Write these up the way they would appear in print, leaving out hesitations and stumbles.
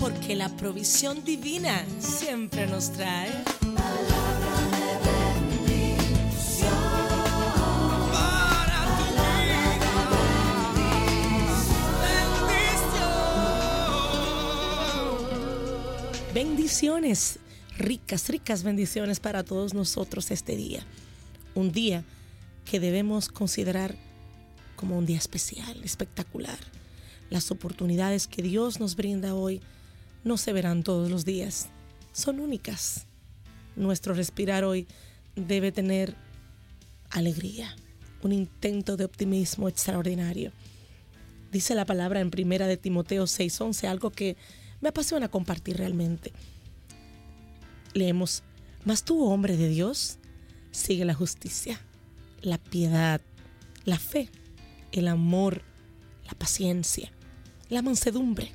porque la provisión divina siempre nos trae Palabra de bendición para tu vida. Bendición. Bendiciones, ricas bendiciones para todos nosotros este día. Un día que debemos considerar como un día especial, espectacular. Las oportunidades que Dios nos brinda hoy no se verán todos los días, son únicas. Nuestro respirar hoy debe tener alegría, un intento de optimismo extraordinario. Dice la palabra en 1 de Timoteo 6:11, algo que me apasiona compartir realmente. Leemos: mas tú, hombre de Dios, sigue la justicia, la piedad, la fe, el amor, la paciencia, la mansedumbre.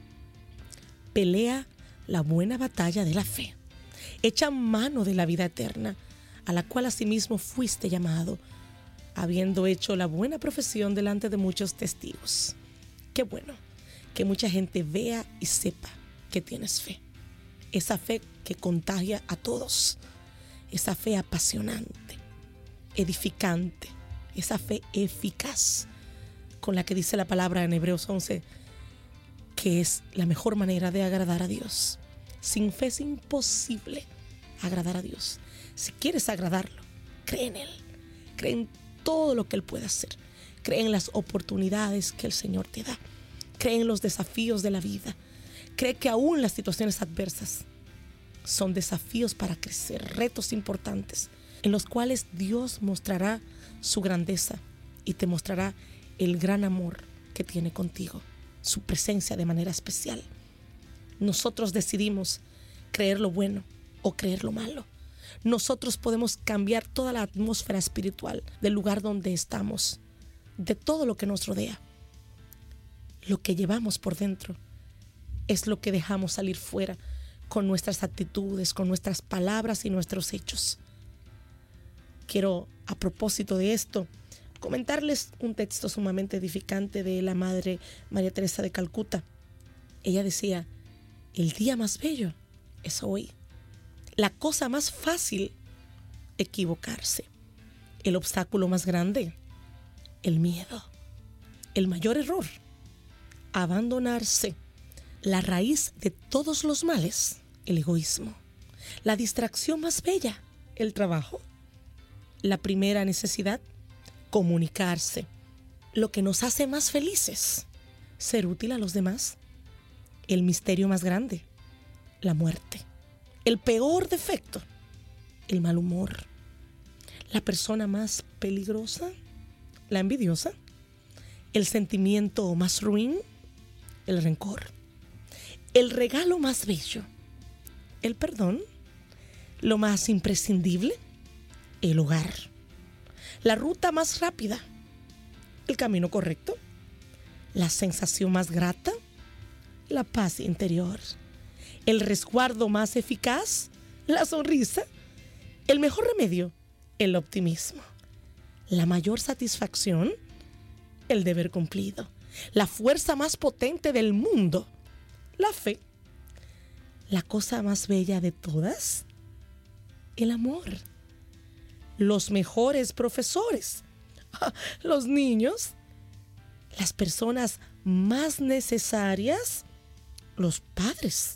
Pelea la buena batalla de la fe. Echa mano de la vida eterna, a la cual asimismo fuiste llamado, habiendo hecho la buena profesión delante de muchos testigos. Qué bueno que mucha gente vea y sepa que tienes fe. Esa fe que contagia a todos. Esa fe apasionante, edificante, esa fe eficaz, con la que dice la palabra en Hebreos 11, que es la mejor manera de agradar a Dios. Sin fe es imposible agradar a Dios. Si quieres agradarlo, cree en Él. Cree en todo lo que Él puede hacer. Cree en las oportunidades que el Señor te da. Cree en los desafíos de la vida. Cree que aún las situaciones adversas son desafíos para crecer, retos importantes, en los cuales Dios mostrará su grandeza y te mostrará el gran amor que tiene contigo, su presencia de manera especial. Nosotros decidimos creer lo bueno o creer lo malo. Nosotros podemos cambiar toda la atmósfera espiritual del lugar donde estamos, de todo lo que nos rodea. Lo que llevamos por dentro es lo que dejamos salir fuera con nuestras actitudes, con nuestras palabras y nuestros hechos. Quiero, a propósito de esto, comentarles un texto sumamente edificante de la Madre María Teresa de Calcuta. Ella decía: el día más bello es hoy. La cosa más fácil, equivocarse. El obstáculo más grande, el miedo. El mayor error, abandonarse. La raíz de todos los males, el egoísmo. La distracción más bella, el trabajo. La primera necesidad, comunicarse. Lo que nos hace más felices, ser útil a los demás. El misterio más grande, la muerte. El peor defecto, el mal humor. La persona más peligrosa, la envidiosa. El sentimiento más ruin, el rencor. El regalo más bello, el perdón. Lo más imprescindible, el hogar. La ruta más rápida, el camino correcto. La sensación más grata, la paz interior. El resguardo más eficaz, la sonrisa. El mejor remedio, el optimismo. La mayor satisfacción, el deber cumplido. La fuerza más potente del mundo, la fe. La cosa más bella de todas, el amor. Los mejores profesores, los niños. Las personas más necesarias, los padres.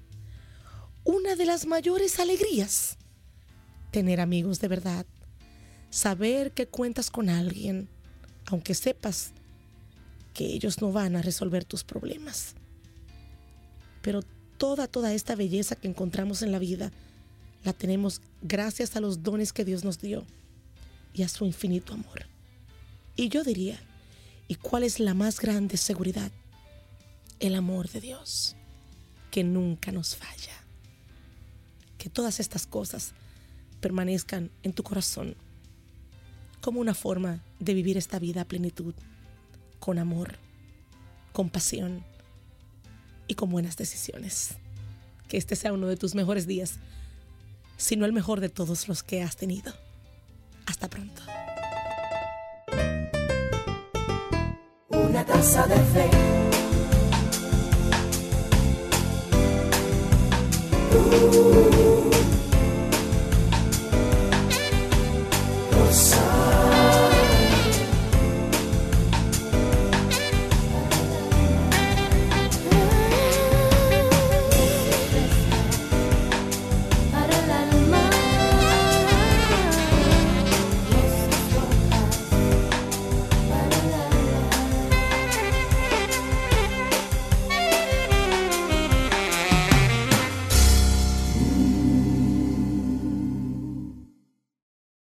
Una de las mayores alegrías, tener amigos de verdad. Saber que cuentas con alguien, aunque sepas que ellos no van a resolver tus problemas. Pero toda esta belleza que encontramos en la vida la tenemos gracias a los dones que Dios nos dio y a su infinito amor. Y yo diría, ¿y cuál es la más grande seguridad? El amor de Dios, que nunca nos falla. Que todas estas cosas permanezcan en tu corazón como una forma de vivir esta vida a plenitud, con amor, con pasión y con buenas decisiones. Que este sea uno de tus mejores días, si no el mejor de todos los que has tenido. Hasta pronto. Una taza de fe Jesús.